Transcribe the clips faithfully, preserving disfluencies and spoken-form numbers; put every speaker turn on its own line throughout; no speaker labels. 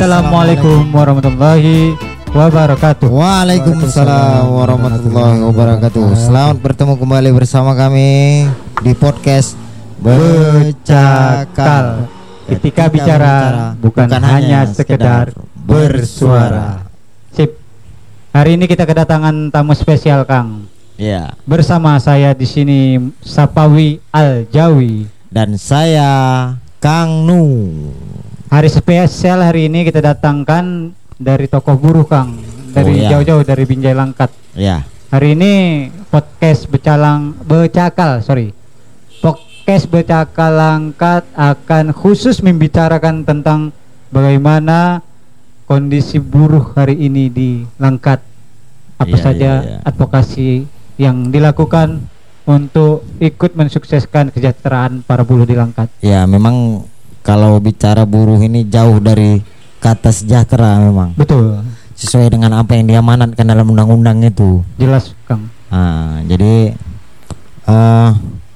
Assalamualaikum warahmatullahi wabarakatuh.
Waalaikumsalam warahmatullahi wabarakatuh. Selamat bertemu kembali bersama kami di podcast Becakal.
Ketika bicara bukan, bukan hanya sekedar bersuara. Sip. Hari ini kita kedatangan tamu spesial, Kang.
Ya.
Bersama saya di sini Sapawi Al-Jawi
dan saya Kang Nu.
Hari spesial hari ini kita datangkan dari tokoh buruh, Kang. Dari
oh, ya.
jauh-jauh dari Binjai Langkat.
Ya.
Hari ini podcast Becalang Becakal, sorry. Podcast Becakal Langkat akan khusus membicarakan tentang bagaimana kondisi buruh hari ini di Langkat. Apa
ya,
saja
ya, ya.
advokasi yang dilakukan untuk ikut mensukseskan kesejahteraan para buruh di Langkat.
Ya, memang kalau bicara buruh ini jauh dari kata sejahtera memang.
Betul.
Sesuai dengan apa yang diamanatkan dalam undang-undang itu.
Jelas, Kang.
Nah, jadi uh,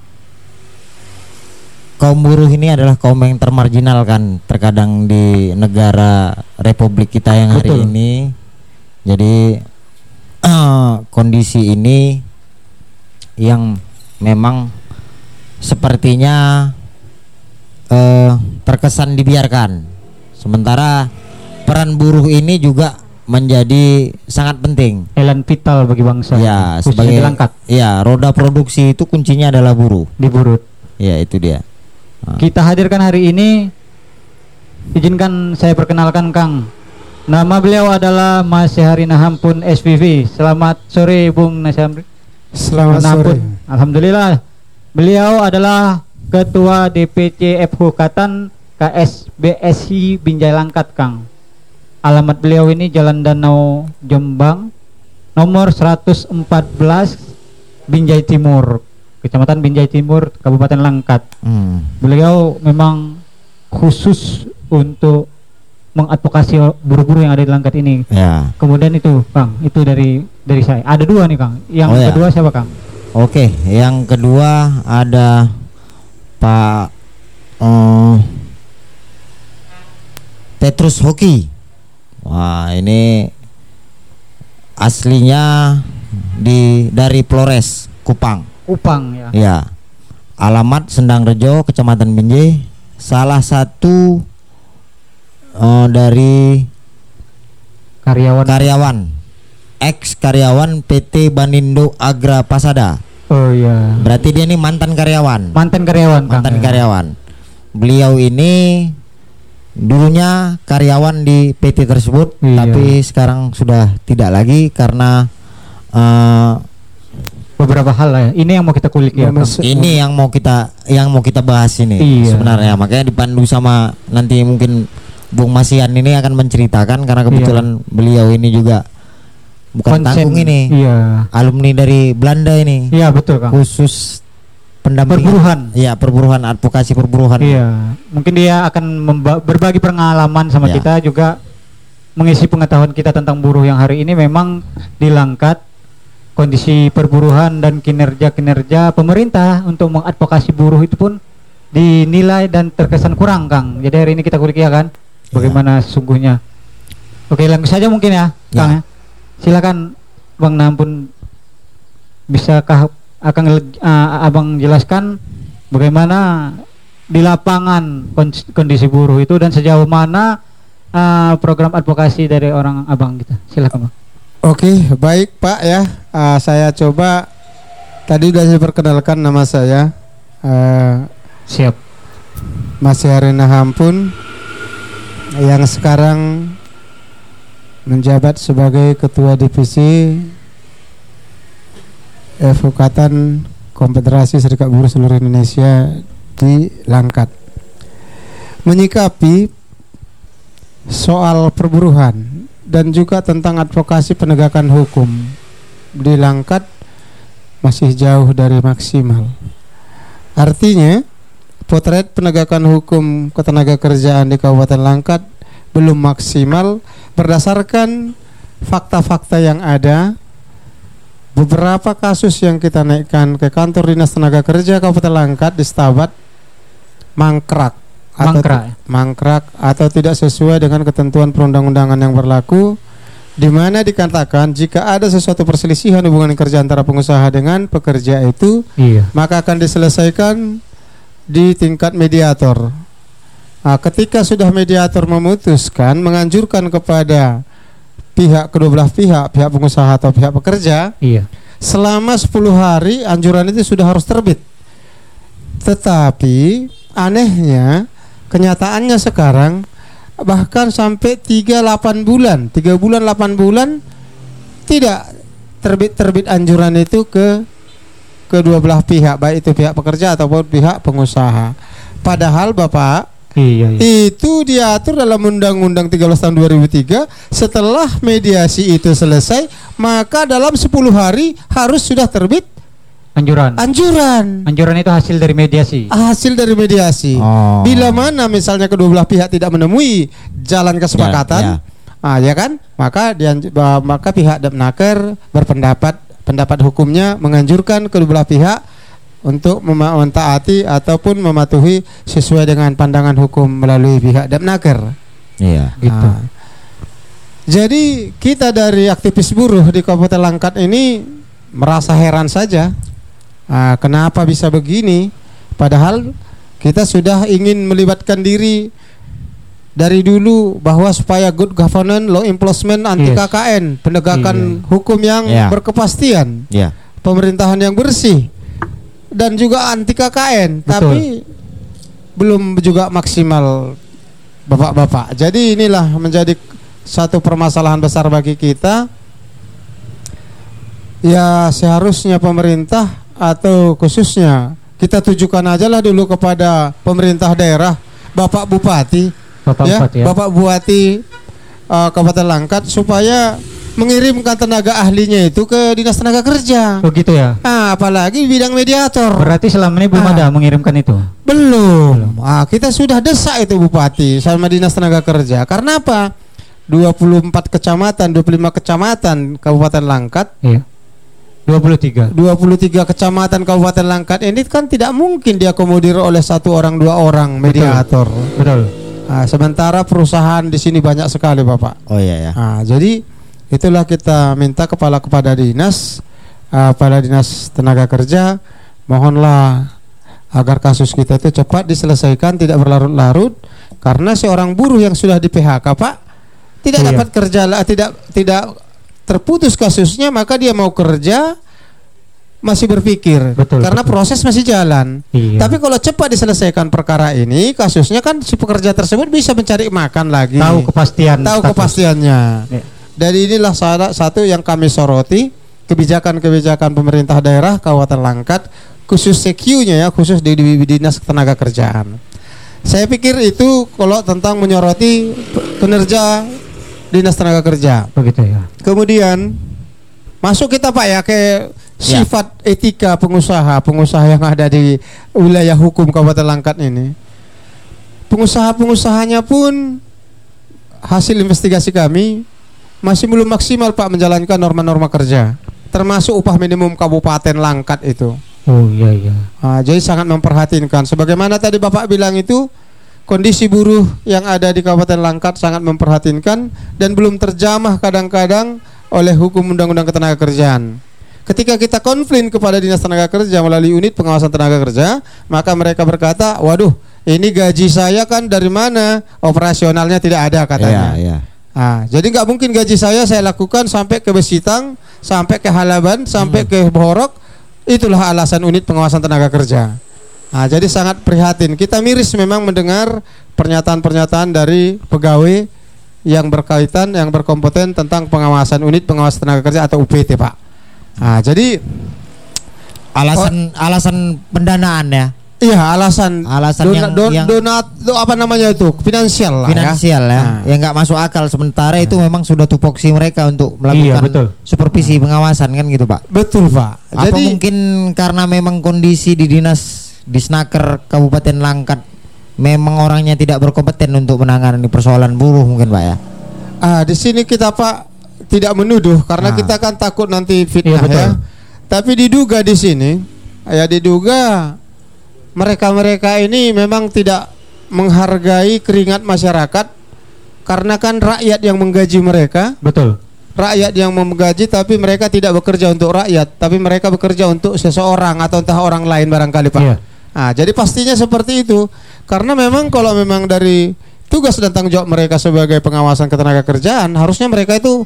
kaum buruh ini adalah kaum yang termarginalkan terkadang di negara Republik kita yang hari
Betul.
ini. Jadi uh, kondisi ini yang memang sepertinya uh, terkesan dibiarkan. Sementara peran buruh ini juga menjadi sangat penting.
Elan vital bagi bangsa.
Ya,
khususnya
sebagai
di Langkat.
Ya, roda produksi itu kuncinya adalah buruh.
Di Burut.
Ya, itu dia. Nah.
Kita hadirkan hari ini, izinkan saya perkenalkan, Kang. Nama beliau adalah Mas Syahrina Hampun S V V. Selamat sore, Bung Nasyamri.
Selamat sore.
Alhamdulillah. Beliau adalah Ketua D P C F Hukatan K S B S I Binjai Langkat, Kang. Alamat beliau ini Jalan Danau Jombang, nomor seratus empat belas Binjai Timur, Kecamatan Binjai Timur, Kabupaten Langkat.
Hmm.
Beliau memang khusus untuk mengadvokasi buruh-buruh yang ada di Langkat ini.
Ya.
Kemudian itu, Kang, itu dari dari saya. Ada dua nih, Kang. Yang
Oh, ya.
kedua siapa, Kang?
Oke, yang kedua ada Pak uh, Petrus Hoki. Wah, ini aslinya di dari Flores, Kupang.
Kupang ya.
Ya. Alamat Sendang Rejo, Kecamatan Binjai. Salah satu uh, dari
Karyawan.
karyawan ex karyawan P T Banindo Agra Pasada.
Oh iya.
Berarti dia ini mantan karyawan.
Mantan karyawan, Kang.
Mantan
ya.
karyawan. Beliau ini dulunya karyawan di P T tersebut,
iya.
tapi sekarang sudah tidak lagi karena uh,
beberapa hal lah ya. Ini yang mau kita kulik ya, Kang.
ini yang mau kita yang mau kita bahas ini
Iya.
sebenarnya. Makanya dipandu sama nanti mungkin Bung Masian ini akan menceritakan karena kebetulan iya. beliau ini juga bukan
Konsen.
tanggung ini.
Iya.
Alumni dari Belanda ini.
Iya, betul, Kang.
Khusus pendampingan
Perburuhan.
Iya, perburuhan, advokasi perburuhan.
Iya. Mungkin dia akan memba- berbagi pengalaman sama
Ya.
kita, juga mengisi pengetahuan kita tentang buruh yang hari ini memang di Langkat. Kondisi perburuhan dan kinerja-kinerja pemerintah untuk mengadvokasi buruh itu pun dinilai dan terkesan kurang, Kang. Jadi hari ini kita kulik ya, kan, bagaimana sesungguhnya. Oke, langsung saja mungkin ya,
Ya.
Kang ya. Silakan Bang Nampun, bisakah akan uh, Abang jelaskan bagaimana di lapangan kondisi buruh itu dan sejauh mana uh, program advokasi dari orang Abang gitu. Silakan, Bang.
Oke, baik Pak ya. Uh, saya coba tadi sudah saya perkenalkan nama saya uh,
Siap.
Mas Syahrina Hampun yang sekarang menjabat sebagai Ketua Divisi Hukatan Konfederasi Serikat Buruh Seluruh Indonesia di Langkat. Menyikapi soal perburuhan dan juga tentang advokasi penegakan hukum di Langkat masih jauh dari maksimal. Artinya, potret penegakan hukum ketenagakerjaan di Kabupaten Langkat belum maksimal berdasarkan fakta-fakta yang ada. Beberapa kasus yang kita naikkan ke kantor Dinas Tenaga Kerja Kabupaten Langkat di Stabat mangkrak atau
Mangkrak.
mangkrak atau tidak sesuai dengan ketentuan perundang-undangan yang berlaku, di mana dikatakan jika ada sesuatu perselisihan hubungan kerja antara pengusaha dengan pekerja itu,
Iya.
maka akan diselesaikan di tingkat mediator. Nah, ketika sudah mediator memutuskan, menganjurkan kepada pihak kedua belah pihak, pihak pengusaha atau pihak pekerja,
Iya.
selama sepuluh hari anjuran itu sudah harus terbit. Tetapi anehnya kenyataannya sekarang bahkan sampai tiga delapan bulan, tiga bulan delapan bulan tidak terbit-terbit anjuran itu ke kedua belah pihak, baik itu pihak pekerja ataupun pihak pengusaha. Padahal Bapak,
Iya, iya.
itu diatur dalam Undang-Undang tiga belas tahun dua ribu tiga, setelah mediasi itu selesai, maka dalam sepuluh hari harus sudah terbit
Anjuran.
anjuran.
Anjuran itu hasil dari mediasi.
Hasil dari mediasi.
Oh.
Bila mana misalnya kedua belah pihak tidak menemui jalan kesepakatan,
Ya,
ah ya kan, maka dianj- bah- maka pihak Depnaker berpendapat pendapat hukumnya menganjurkan kedua belah pihak untuk mema- mentaati ataupun mematuhi sesuai dengan pandangan hukum melalui pihak Depnaker.
Iya.
Gitu.
Ah. Jadi kita dari aktivis buruh di Kabupaten Langkat ini merasa heran saja. Ah, kenapa bisa begini? Padahal kita sudah ingin melibatkan diri dari dulu bahwa supaya good governance, law enforcement, anti
Yes.
K K N, penegakan hukum yang
Yeah.
berkepastian,
Iya.
pemerintahan yang bersih, dan juga anti K K N.
Betul.
Tapi belum juga maksimal, Bapak-bapak. Jadi inilah menjadi satu permasalahan besar bagi kita. Ya seharusnya pemerintah atau khususnya kita tujukan aja lah dulu kepada pemerintah daerah, Bapak Bupati,
Bapak
ya,
Bupati ya.
Bapak Bupati uh, Kabupaten Langkat supaya mengirimkan tenaga ahlinya itu ke Dinas Tenaga Kerja.
Begitu ya.
Ah, apalagi bidang mediator.
Berarti selama ini belum
Ah.
ada mengirimkan itu.
Belum. Ah, kita sudah desak itu Bupati sama Dinas Tenaga Kerja. Karena apa? dua puluh empat kecamatan, dua puluh lima kecamatan Kabupaten Langkat,
Iya. dua puluh tiga.
dua puluh tiga kecamatan Kabupaten Langkat ini kan tidak mungkin diakomodir oleh satu orang dua orang mediator.
Betul.
Ah, sementara perusahaan di sini banyak sekali, Bapak.
Oh iya ya.
Ah, jadi itulah kita minta kepala kepada dinas, ah, pada Dinas Tenaga Kerja, mohonlah agar kasus kita itu cepat diselesaikan, tidak berlarut-larut, karena seorang buruh yang sudah di P H K, Pak, tidak
Iya.
dapat kerja, lah, tidak tidak terputus kasusnya, maka dia mau kerja masih berpikir,
Betul,
karena
betul.
proses masih jalan.
Iya.
Tapi kalau cepat diselesaikan perkara ini, kasusnya kan si pekerja tersebut bisa mencari makan lagi.
Tahu kepastian.
Tahu
status.
kepastiannya.
Iya.
Dari inilah salah satu yang kami soroti, kebijakan-kebijakan pemerintah daerah Kabupaten Langkat, khusus C Q-nya ya, khusus di, di, di Dinas Tenaga Kerjaan. Saya pikir itu kalau tentang menyoroti kinerja Dinas Tenaga Kerja.
Begitu ya.
Kemudian masuk kita Pak ya ke sifat etika pengusaha, pengusaha yang ada di wilayah hukum Kabupaten Langkat ini. Pengusaha-pengusahanya pun hasil investigasi kami masih belum maksimal Pak menjalankan norma-norma kerja, termasuk upah minimum Kabupaten Langkat itu.
Oh iya iya.
Ah, jadi sangat memperhatinkan. Sebagaimana tadi Bapak bilang itu, kondisi buruh yang ada di Kabupaten Langkat sangat memperhatinkan dan belum terjamah kadang-kadang oleh hukum Undang-Undang Ketenagakerjaan. Ketika kita konflik kepada Dinas Tenaga Kerja melalui unit pengawasan tenaga kerja, maka mereka berkata, waduh, ini gaji saya kan dari mana? Operasionalnya tidak ada katanya.
Iya, iya.
Ah, jadi nggak mungkin gaji saya saya lakukan sampai ke Besitang, sampai ke Halaban, sampai
Hmm.
ke Borok. Itulah alasan unit pengawasan tenaga kerja. Nah, jadi sangat prihatin. Kita miris memang mendengar pernyataan-pernyataan dari pegawai yang berkaitan, yang berkompeten tentang pengawasan unit pengawasan tenaga kerja atau U P T, Pak. Nah, jadi
Alasan alasan pendanaan ya.
iya alasan
Alasan
dona-
yang,
don-
yang
donat do- apa namanya itu finansial lah
finansial ya,
Nah.
yang nggak masuk akal. Sementara itu memang sudah tupoksi mereka untuk
Iya,
melakukan
betul.
supervisi pengawasan kan gitu Pak.
Betul, Pak.
Apa
Jadi
mungkin karena memang kondisi di dinas Disnaker Kabupaten Langkat memang orangnya tidak berkompeten untuk menangani persoalan buruh mungkin Pak ya.
ah di sini kita Pak tidak menuduh karena
Nah.
kita kan takut nanti
Iya,
fitnah
betul.
ya. Tapi diduga di sini ya diduga mereka-mereka ini memang tidak menghargai keringat masyarakat, karena kan rakyat yang menggaji mereka.
Betul.
Rakyat yang menggaji, tapi mereka tidak bekerja untuk rakyat, tapi mereka bekerja untuk seseorang atau entah orang lain barangkali, Pak.
Iya.
Nah, jadi pastinya seperti itu. Karena memang kalau memang dari tugas dan tanggung jawab mereka sebagai pengawasan ketenaga kerjaan, harusnya mereka itu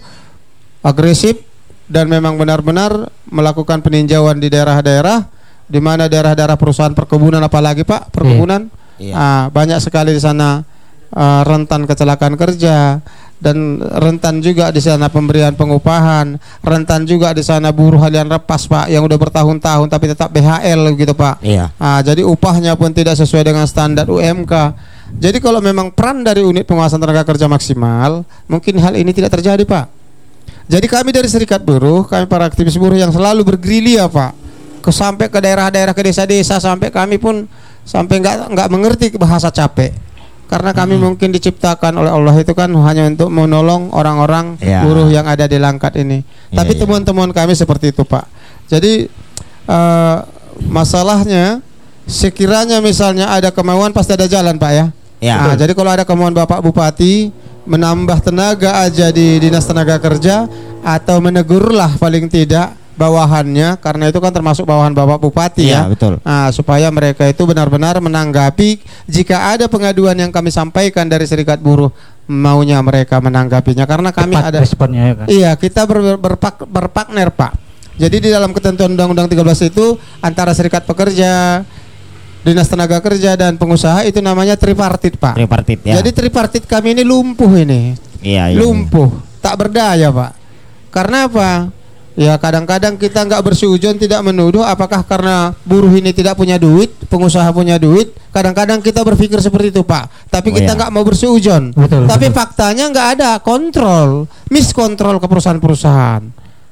agresif dan memang benar-benar melakukan peninjauan di daerah-daerah, di mana daerah-daerah perusahaan perkebunan, apalagi Pak, perkebunan.
Iya.
Ah, banyak sekali di sana ah, rentan kecelakaan kerja, dan rentan juga di sana pemberian pengupahan, rentan juga di sana buruh harian lepas, Pak, yang udah bertahun-tahun tapi tetap B H L gitu, Pak.
Iya.
Ah, jadi upahnya pun tidak sesuai dengan standar U M K. Jadi kalau memang peran dari unit pengawasan tenaga kerja maksimal, mungkin hal ini tidak terjadi, Pak. Jadi kami dari Serikat Buruh, kami para aktivis buruh yang selalu bergerilya, Pak, ke sampai ke daerah-daerah, ke desa-desa, sampai kami pun sampai nggak nggak mengerti bahasa capek, karena kami hmm. mungkin diciptakan oleh Allah itu kan hanya untuk menolong orang-orang
ya.
buruh yang ada di Langkat ini.
Ya,
Tapi
ya.
teman-teman kami seperti itu, Pak. Jadi uh, masalahnya sekiranya misalnya ada kemauan pasti ada jalan, Pak, ya.
Ya.
Nah, jadi kalau ada kemauan Bapak Bupati menambah tenaga aja di Dinas Tenaga Kerja, atau menegurlah paling tidak bawahannya, karena itu kan termasuk bawahan Bapak Bupati,
ya,
ya.
betul.
Nah, supaya mereka itu benar-benar menanggapi jika ada pengaduan yang kami sampaikan dari Serikat Buruh, maunya mereka menanggapinya, karena kami
Cepat
ada
responnya, ya kan?
Iya, kita ber, berpak, berpartner, Pak. Jadi di dalam ketentuan Undang-Undang tiga belas itu antara serikat pekerja, Dinas Tenaga Kerja, dan pengusaha itu namanya tripartit, Pak.
Tripartit, ya.
Jadi tripartit kami ini lumpuh ini.
Iya, iya,
lumpuh, tak berdaya, Pak. Karena apa? Ya kadang-kadang kita nggak bersuujon tidak menuduh apakah karena buruh ini tidak punya duit, pengusaha punya duit. Kadang-kadang kita berpikir seperti itu, Pak. Tapi
Oh,
kita
ya.
nggak mau bersuujon.
Betul,
Tapi
betul.
faktanya nggak ada kontrol, miskontrol ke perusahaan-perusahaan.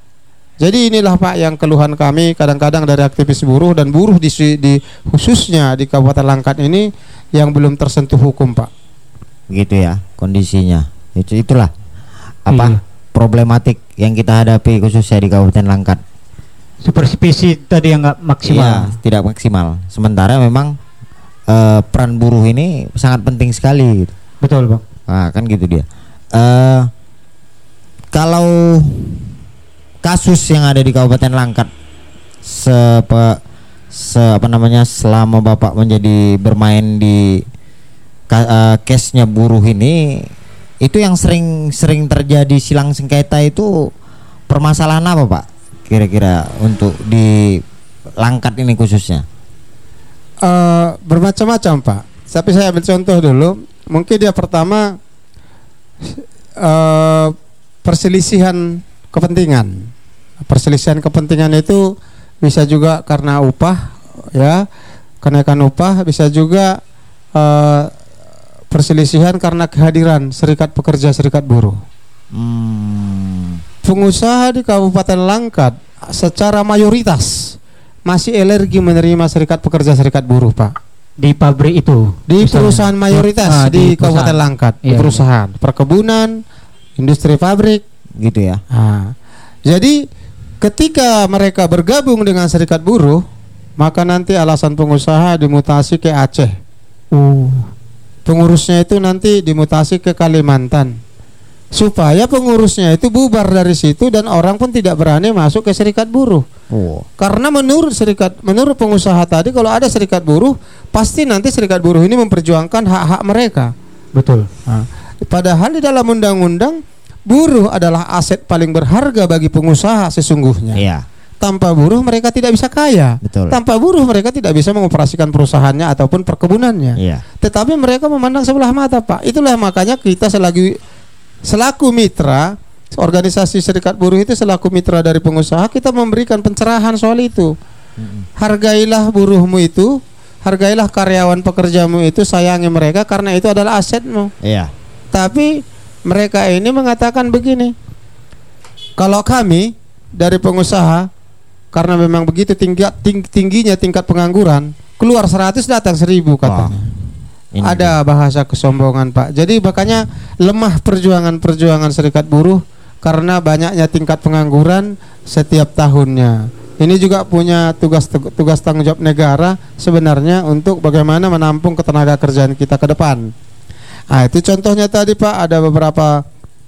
Jadi inilah, Pak, yang keluhan kami kadang-kadang dari aktivis buruh dan buruh di, di khususnya di Kabupaten Langkat ini yang belum tersentuh hukum, Pak.
Begitu ya kondisinya. Itu itulah apa
Iya.
problematik yang kita hadapi khususnya di Kabupaten Langkat.
Supervisi tadi yang nggak maksimal.
Iya, tidak maksimal. Sementara memang eh, peran buruh ini sangat penting sekali gitu.
Betul, Bang.
Nah, kan gitu dia. Eh kalau kasus yang ada di Kabupaten Langkat sepe, se apa namanya selama Bapak menjadi bermain di ka, eh, case-nya buruh ini, itu yang sering-sering terjadi silang sengketa itu permasalahan apa, Pak? Kira-kira untuk di Langkat ini khususnya?
Uh, bermacam-macam, Pak. Tapi saya ambil contoh dulu. Mungkin dia pertama uh, perselisihan kepentingan. Perselisihan kepentingan itu bisa juga karena upah, ya, kenaikan upah, bisa juga uh, perselisihan karena kehadiran serikat pekerja, serikat buruh.
Hmm.
Pengusaha di Kabupaten Langkat secara mayoritas masih alergi menerima serikat pekerja, serikat buruh, Pak.
Di pabrik itu.
Di
misalnya.
perusahaan mayoritas
Ah,
di,
perusahaan.
Kabupaten Langkat, di
Iya,
perusahaan perkebunan, industri pabrik.
Gitu ya.
Nah, jadi ketika mereka bergabung dengan serikat buruh, maka nanti alasan pengusaha dimutasi ke Aceh.
Uh.
Pengurusnya itu nanti dimutasi ke Kalimantan, supaya pengurusnya itu bubar dari situ dan orang pun tidak berani masuk ke serikat buruh.
Oh.
Karena menurut serikat, menurut pengusaha tadi, kalau ada serikat buruh, pasti nanti serikat buruh ini memperjuangkan hak-hak mereka.
Betul.
Nah, padahal di dalam undang-undang, buruh adalah aset paling berharga bagi pengusaha sesungguhnya.
Iya.
Tanpa buruh mereka tidak bisa kaya.
Betul.
Tanpa buruh mereka tidak bisa mengoperasikan perusahaannya ataupun perkebunannya.
Iya.
Tetapi mereka memandang sebelah mata, Pak. Itulah makanya kita selagi selaku mitra organisasi serikat buruh itu, selaku mitra dari pengusaha, kita memberikan pencerahan soal itu. Hargailah buruhmu itu, hargailah karyawan pekerjamu itu, sayangi mereka karena itu adalah asetmu.
Iya.
Tapi mereka ini mengatakan begini, kalau kami dari pengusaha, karena memang begitu tinggi, ting, tingginya tingkat pengangguran, keluar seratus datang seribu katanya.
Ini
Ada bahasa kesombongan, Pak. Jadi makanya lemah perjuangan-perjuangan serikat buruh karena banyaknya tingkat pengangguran setiap tahunnya. Ini juga punya tugas tugas tanggung jawab negara sebenarnya untuk bagaimana menampung ketenaga kerjaan kita ke depan. Nah, itu contohnya tadi Pak, ada beberapa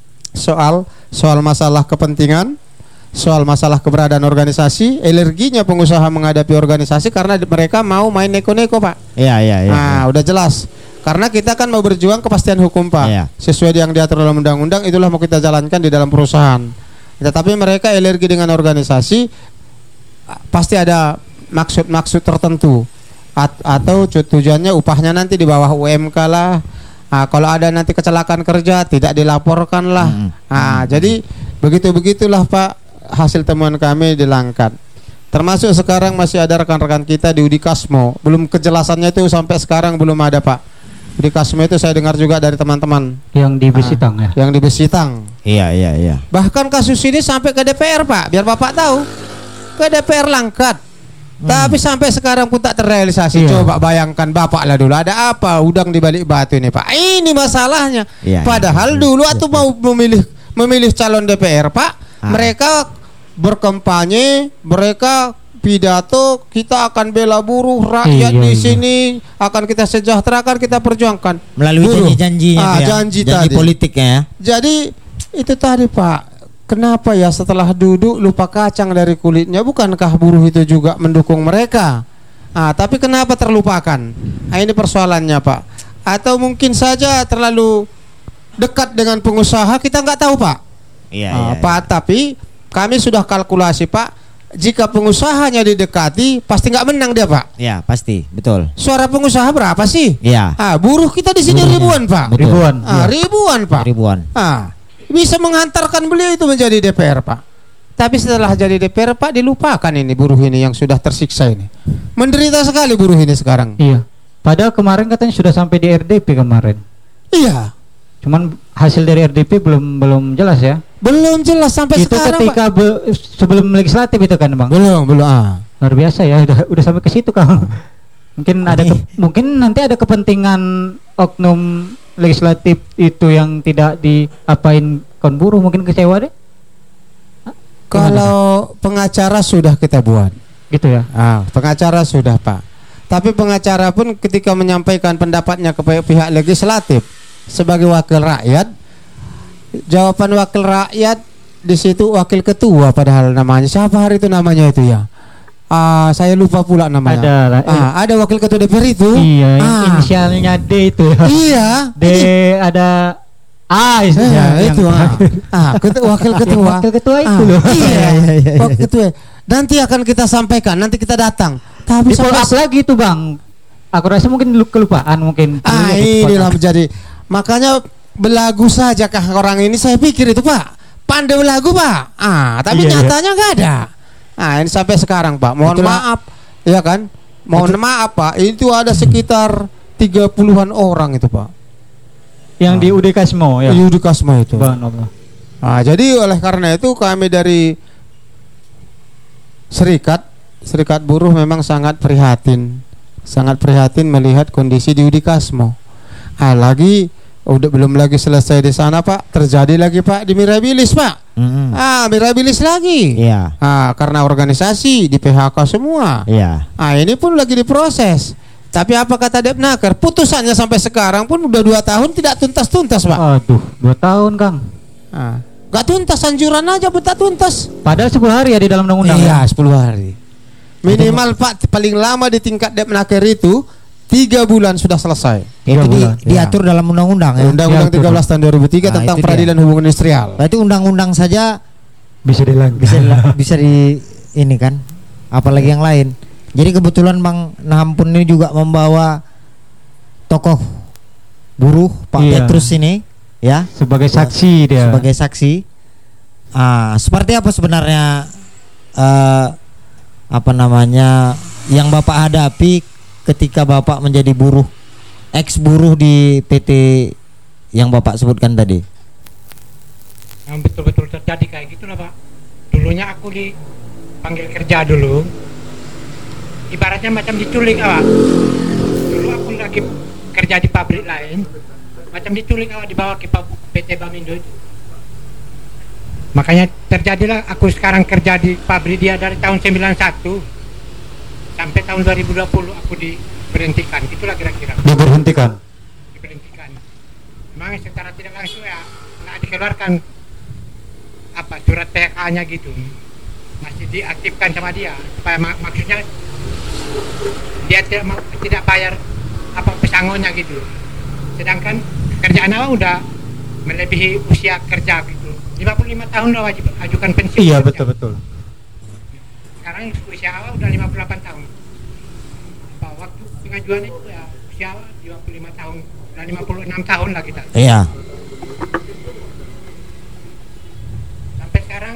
soal soal masalah kepentingan, soal masalah keberadaan organisasi, alerginya pengusaha menghadapi organisasi karena mereka mau main neko-neko Pak.
Iya, iya, iya.
Nah, udah jelas. Karena kita kan mau berjuang kepastian hukum Pak.
Iya.
Sesuai yang diatur dalam undang-undang, itulah mau kita jalankan di dalam perusahaan. Tetapi mereka alergi dengan organisasi, pasti ada maksud-maksud tertentu. At atau tujuannya upahnya nanti di bawah U M K lah. Nah, kalau ada nanti kecelakaan kerja tidak dilaporkan lah.
Hmm.
Nah, jadi begitu-begitulah Pak hasil temuan kami di Langkat. Termasuk sekarang masih ada rekan-rekan kita di Udikasmo. Belum kejelasannya itu sampai sekarang belum ada Pak. Udikasmo itu saya dengar juga dari teman-teman
Yang di Besitang
Ah,
ya.
yang di Besitang.
Iya, iya, iya.
Bahkan kasus ini sampai ke D P R Pak, biar Bapak tahu. Ke D P R Langkat. Tapi sampai sekarang pun tak terrealisasi.
Iya.
Coba bayangkan Bapak lah dulu, ada apa udang di balik batu ini Pak. Ini masalahnya.
Iya,
Padahal
iya.
dulu atau mau memilih memilih calon D P R Pak,
Ah.
mereka berkampanye, mereka pidato, kita akan bela buruh, rakyat
Iya,
di
iya.
sini akan kita sejahterakan, kita perjuangkan.
Melalui
Buruh.
janji-janjinya
Ah,
tuh ya.
janji
janji
tadi.
politiknya ya.
Jadi itu tadi Pak, kenapa ya setelah duduk lupa kacang dari kulitnya? Bukankah buruh itu juga mendukung mereka? Ah, tapi kenapa terlupakan? Ah, ini persoalannya Pak. Atau mungkin saja terlalu dekat dengan pengusaha, kita nggak tahu Pak.
Iya,
Ah,
iya.
Pak, tapi kami sudah kalkulasi Pak, jika pengusahanya didekati pasti nggak menang dia Pak.
Iya, pasti, betul.
Suara pengusaha berapa sih?
Iya.
Ah, buruh kita di sini
Buruhnya.
ribuan Pak.
Betul.
Ribuan.
Ah,
Iya.
ribuan Pak.
Ribuan.
Ah, bisa menghantarkan beliau itu menjadi D P R Pak. Tapi setelah jadi D P R Pak, dilupakan ini buruh ini yang sudah tersiksa ini. Menderita sekali buruh ini sekarang.
Iya. Padahal kemarin katanya sudah sampai di R D P kemarin.
Iya,
Cuman hasil dari R D P belum belum jelas ya.
belum jelas sampai
Itu
sekarang
ketika
Pak.
be- sebelum legislatif itu kan Bang.
Belum, belum. Ah.
Luar biasa ya, udah udah sampai ke situ Kang. Mungkin ada ke- mungkin nanti ada kepentingan oknum legislatif itu yang tidak diapain kaum buruh, mungkin kecewa deh.
Kalau pengacara sudah kita buat.
Gitu ya.
Ah, pengacara sudah Pak. Tapi pengacara pun ketika menyampaikan pendapatnya ke pihak legislatif sebagai wakil rakyat, jawaban wakil rakyat di situ wakil ketua padahal namanya. Siapa hari itu namanya itu ya? Ah, saya lupa pula namanya.
Ada lah, eh.
Ah, ada wakil ketua D P R itu.
Iya, yang
Ah.
inisialnya D itu ya.
Iya.
D ada A
Eh,
isinya yang
itu ah.
terakhir.
Ah, ketua, wakil
Yang
ketua.
wakil ketua itu
Ah,
loh.
Iya,
Iya, iya, iya.
wakil ketua. Nanti akan kita sampaikan, nanti kita datang. Tapi
Di follow
sampai
up lagi tuh Bang. Aku rasa mungkin lu- kelupaan mungkin.
Ah,
Dulu di
inilah
follow up.
menjadi makanya belagu saja kah orang ini, saya pikir itu Pak pandai belagu Pak. Ah, tapi
Iya, iya.
nyatanya nggak ada. Ah, ini sampai sekarang Pak. Mohon
Itulah-
maaf, ya kan? Mohon maaf Pak. Itu ada sekitar tiga puluhan orang itu Pak.
Yang di U D Kasmo ya.
Yudi Kasmo itu.
Subhanallah.
Ah, jadi oleh karena itu kami dari serikat serikat buruh memang sangat prihatin, sangat prihatin melihat kondisi di Udikasmo. Ah, lagi udah belum lagi selesai di sana Pak, terjadi lagi Pak di Mirabilis Pak.
Mm-mm.
Ah, Mirabilis lagi.
Iya.
Ah, karena organisasi di P H K semua.
Iya.
Ah, ini pun lagi diproses. Tapi apa kata Depnaker? Putusannya sampai sekarang pun udah dua tahun tidak tuntas-tuntas Pak.
Aduh, dua tahun Kang.
Ah, gak tuntas, anjuran aja pun tak tuntas.
Padahal sepuluh hari ya di dalam undang-undang.
Iya,
ya?
sepuluh hari. Minimal Pak, paling lama di tingkat Depnaker itu tiga bulan sudah selesai.
Itu di-
bulan.
diatur dalam undang-undang ya.
Undang-Undang
Diatur.
tiga belas tahun dua ribu tiga
Nah,
tentang
itu dia.
peradilan hubungan industrial.
Berarti undang-undang saja
Bisa dilanggar.
bisa bisa di ini kan. Apalagi yang lain. Jadi kebetulan Bang Naham pun ini juga membawa tokoh buruh Pak
Iya.
Petrus ini ya
Sebagai saksi dia.
sebagai saksi. Ah, seperti apa sebenarnya eh, apa namanya yang Bapak hadapi ketika Bapak menjadi buruh ex buruh di P T yang Bapak sebutkan tadi?
Yang betul-betul terjadi kayak gitulah Pak. Dulunya aku dipanggil kerja dulu, ibaratnya macam diculik awak. Dulu aku lagi kerja di pabrik lain, macam diculik awak, dibawa ke pab- P T Bamindo itu. Makanya terjadilah aku sekarang kerja di pabrik dia dari tahun sembilan satu sampai tahun dua ribu dua puluh aku diberhentikan. Itulah kira-kira.
Diberhentikan.
Diberhentikan. Memang secara tidak langsung ya nggak dikeluarkan apa surat P H K-nya gitu. Masih diaktifkan sama dia supaya mak maksudnya dia tidak tidak bayar apa pesangonnya gitu. Sedangkan kerjaan awal udah melebihi usia kerja gitu. lima puluh lima tahun udah wajib ajukan pensiun.
Iya, betul betul.
Sekarang usia awal udah lima puluh delapan tahun. Apa waktu pengajuan itu ya usia awal lima puluh lima tahun, udah lima puluh enam tahun lah kita.
Iya.
Sampai sekarang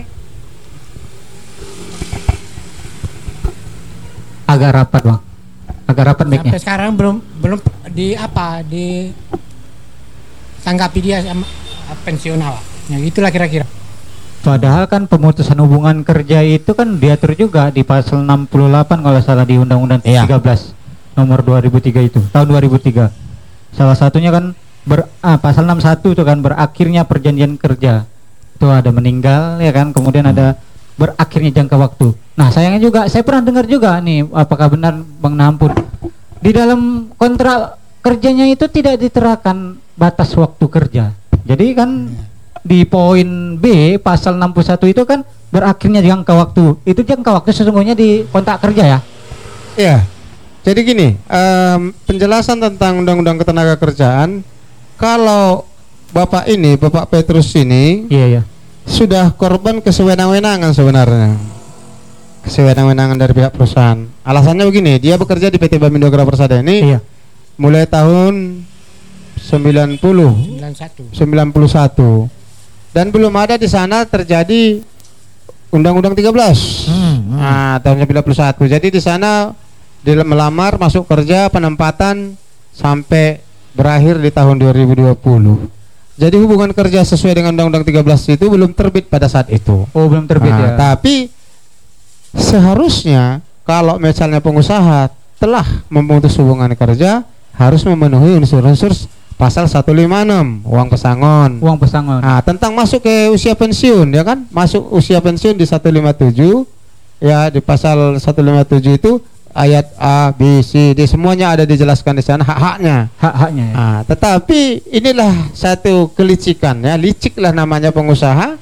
Agak rapat, Bang. Agak rapat mic-nya.
sampai sekarang belum belum di apa di tanggapi dia sama pensiun awal. Ya itulah kira-kira.
Padahal kan pemutusan hubungan kerja itu kan diatur juga di pasal enam puluh delapan kalau salah di Undang-Undang
Iya.
tiga belas nomor dua ribu tiga itu, tahun dua ribu tiga. Salah satunya kan ber, ah, pasal enam puluh satu itu kan berakhirnya perjanjian kerja. Itu ada meninggal ya kan, kemudian ada berakhirnya jangka waktu. Nah, sayangnya juga saya pernah dengar juga nih, apakah benar Bang Nampun, di dalam kontrak kerjanya itu tidak diterapkan batas waktu kerja. Jadi kan di poin B pasal enam puluh satu itu kan berakhirnya jangka waktu. Itu jangka waktu sesungguhnya di kontrak kerja ya.
Iya. Jadi gini, em, penjelasan tentang Undang-Undang Ketenagakerjaan, kalau Bapak ini, Bapak Petrus ini
Iya ya.
sudah korban kesewenang-wenangan sebenarnya. Kesewenang-wenangan dari pihak perusahaan. Alasannya begini, dia bekerja di P T Bamindo Gra Persada ini
Iya.
mulai tahun sembilan puluh sembilan puluh satu dan belum ada di sana terjadi Undang-Undang tiga belas.
Hmm, hmm.
Nah, tahun sembilan puluh satu. Jadi di sana dia melamar masuk kerja penempatan sampai berakhir di tahun dua ribu dua puluh. Jadi hubungan kerja sesuai dengan Undang-Undang tiga belas itu belum terbit pada saat itu.
Oh, belum terbit
Nah,
ya.
tapi seharusnya kalau misalnya pengusaha telah memutus hubungan kerja harus memenuhi unsur-unsur pasal seratus lima puluh enam uang pesangon.
Uang pesangon.
Nah, tentang masuk ke usia pensiun ya kan? Masuk usia pensiun di seratus lima puluh tujuh ya, di pasal seratus lima puluh tujuh itu ayat A, B, C, D semuanya ada dijelaskan di sana hak-haknya.
Hak-haknya ya.
Nah, tetapi inilah satu kelicikan ya, licik lah namanya pengusaha.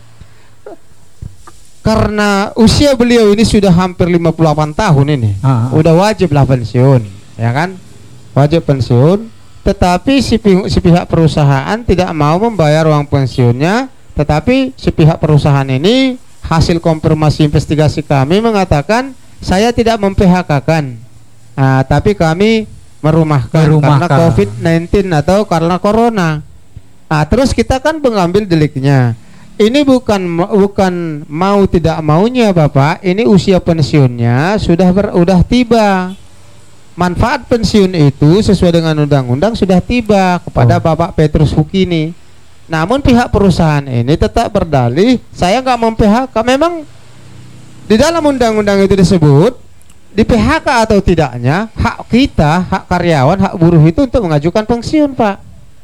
Karena usia beliau ini sudah hampir lima puluh delapan tahun ini.
Ah, ah.
Udah wajib lah pensiun, ya kan? Wajib pensiun, tetapi si, pi si pihak perusahaan tidak mau membayar uang pensiunnya, tetapi si pihak perusahaan ini hasil konfirmasi investigasi kami mengatakan saya tidak mem-P H K-kan. Nah, tapi kami merumahkan,
Merumahkan.
karena covid sembilan belas atau karena corona. Nah, terus kita kan mengambil deliknya. Ini bukan bukan mau tidak maunya Bapak, ini usia pensiunnya sudah ber, udah tiba. Manfaat pensiun itu sesuai dengan undang-undang sudah tiba kepada
Oh.
Bapak Petrus Hukini. Namun pihak perusahaan ini tetap berdalih saya nggak mem-P H K. Memang di dalam undang-undang itu disebut di P H K atau tidaknya hak kita, hak karyawan, hak buruh itu untuk mengajukan pensiun, Pak.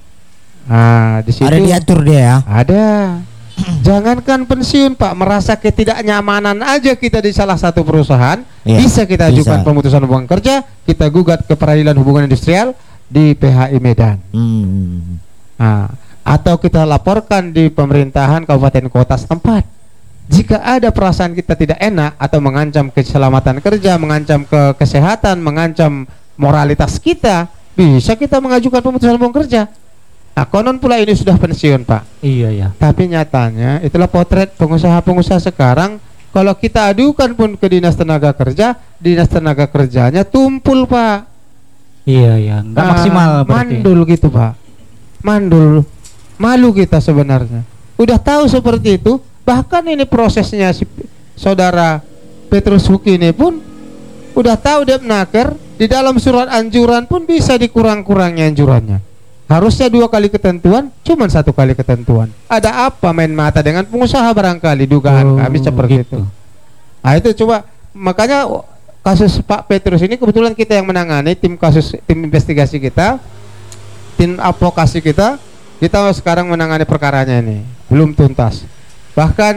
Nah, di situ
Ada diatur dia ya.
ada. Jangankan pensiun, Pak, merasa ketidaknyamanan aja kita di salah satu perusahaan,
Iya,
bisa kita ajukan
bisa.
pemutusan hubungan kerja, kita gugat ke Peradilan Hubungan Industrial di P H I Medan.
Hmm.
Nah, atau kita laporkan di pemerintahan kabupaten kota setempat. Jika ada perasaan kita tidak enak atau mengancam keselamatan kerja, mengancam ke kesehatan, mengancam moralitas kita, bisa kita mengajukan pemutusan hubungan kerja. Nah, konon pula ini sudah pensiun, Pak.
Iya ya.
Tapi nyatanya itulah potret pengusaha-pengusaha sekarang. Kalau kita adukan pun ke Dinas Tenaga Kerja, Dinas Tenaga Kerjanya tumpul, Pak.
Iya ya. Enggak
Ah,
maksimal berarti.
mandul gitu, Pak. Mandul. Malu kita sebenarnya. Udah tahu seperti itu, bahkan ini prosesnya si saudara Petrus Huki ini pun udah tahu dia menaker, di dalam surat anjuran pun bisa dikurang-kurangi anjurannya. Harusnya dua kali ketentuan, cuman satu kali ketentuan. Ada apa main mata dengan pengusaha barangkali, dugaan
Oh,
kami seperti
gitu.
itu. Nah, itu coba, makanya kasus Pak Petrus ini kebetulan kita yang menangani, tim kasus, tim investigasi kita, tim advokasi kita, kita sekarang menangani perkaranya ini, belum tuntas. Bahkan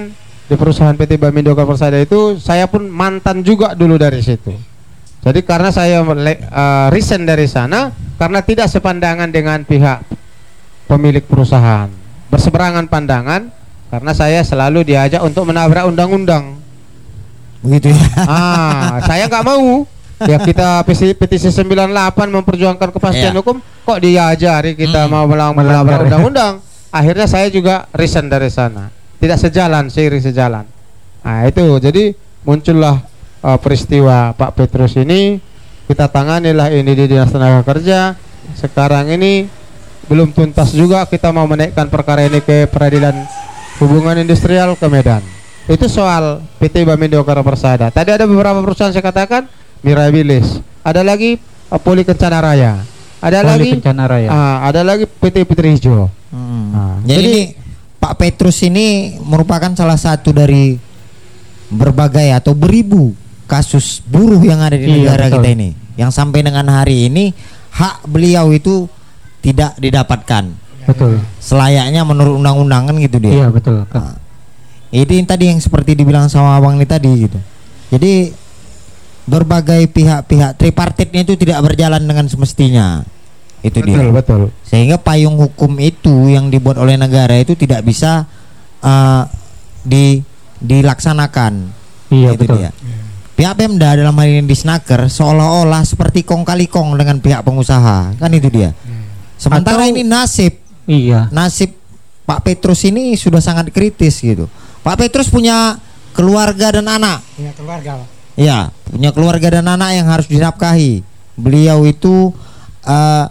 di perusahaan P T Bamindo Kapal Persada itu, saya pun mantan juga dulu dari situ. Jadi karena saya uh, resign dari sana karena tidak sepandangan dengan pihak pemilik perusahaan, berseberangan pandangan karena saya selalu diajak untuk menabrak undang-undang.
Begitu ya.
Ah, saya nggak mau. Ya kita petisi sembilan puluh delapan memperjuangkan kepastian
Iya.
hukum, kok diajari kita
Hmm.
mau melawan menabrak undang-undang. Akhirnya saya juga resign dari sana. Tidak sejalan, seiring sejalan. Nah itu, jadi muncullah uh, peristiwa Pak Petrus ini. Kita tanganilah ini di Dinas Tenaga Kerja. Sekarang ini belum tuntas juga, kita mau menaikkan perkara ini ke Peradilan Hubungan Industrial ke Medan. Itu soal P T Bamindo Kapal Persada. Tadi ada beberapa perusahaan saya katakan, Mirabilis, ada lagi uh, Poli Kencana Raya, ada
Poli
lagi
Kencana Raya.
ah, ada lagi P T Putri Hijau.
Hmm.
Nah,
Jadi,
jadi-
ini Pak Petrus ini merupakan salah satu dari berbagai atau beribu kasus buruh yang ada di
Iya,
negara
betul.
kita ini, yang sampai dengan hari ini hak beliau itu tidak didapatkan
Betul.
selayaknya menurut undang-undang kan gitu dia.
Iya betul.
Nah, ini tadi yang seperti dibilang sama abang ini tadi gitu. Jadi berbagai pihak-pihak tripartitnya itu tidak berjalan dengan semestinya. Itu dia.
Betul, betul.
Sehingga payung hukum itu yang dibuat oleh negara itu tidak bisa uh, di dilaksanakan.
Iya
Itu
betul.
dia. Pihak Pemda dalam hal ini Disnaker seolah-olah seperti kong kali kong dengan pihak pengusaha, kan itu dia. Sementara
Atau-
ini nasib
Iya.
nasib Pak Petrus ini sudah sangat kritis gitu. Pak Petrus punya keluarga dan anak.
Punya keluarga, Pak.
Ya, punya keluarga dan anak yang harus dinafkahi. Beliau itu uh,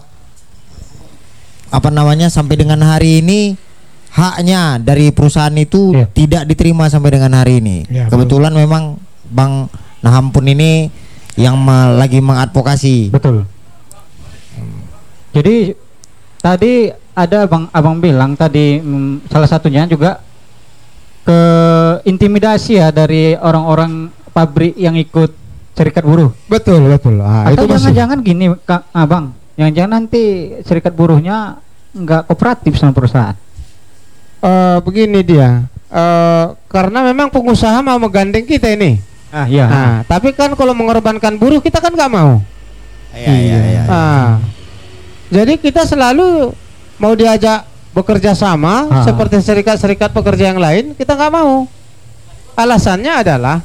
apa namanya sampai dengan hari ini haknya dari perusahaan itu
Iya.
tidak diterima sampai dengan hari ini.
Iya,
Kebetulan memang Bang Nahampun ini yang me- lagi mengadvokasi.
Betul. Jadi tadi ada abang abang bilang tadi mm, salah satunya juga ke intimidasi ya dari orang-orang pabrik yang ikut serikat buruh.
Betul, betul. Ah,
Atau
itu masih.
jangan-jangan gini Kak Abang, jangan-jangan nanti serikat buruhnya nggak kooperatif sama perusahaan.
Eh, begini dia. Eh, karena memang pengusaha mau menggandeng kita ini.
Ah iya.
Nah, tapi kan kalau mengorbankan buruh kita kan nggak mau.
Iya, iya, iya.
Ah. Jadi kita selalu mau diajak bekerja sama
Ah.
seperti serikat-serikat pekerja yang lain, kita nggak mau. Alasannya adalah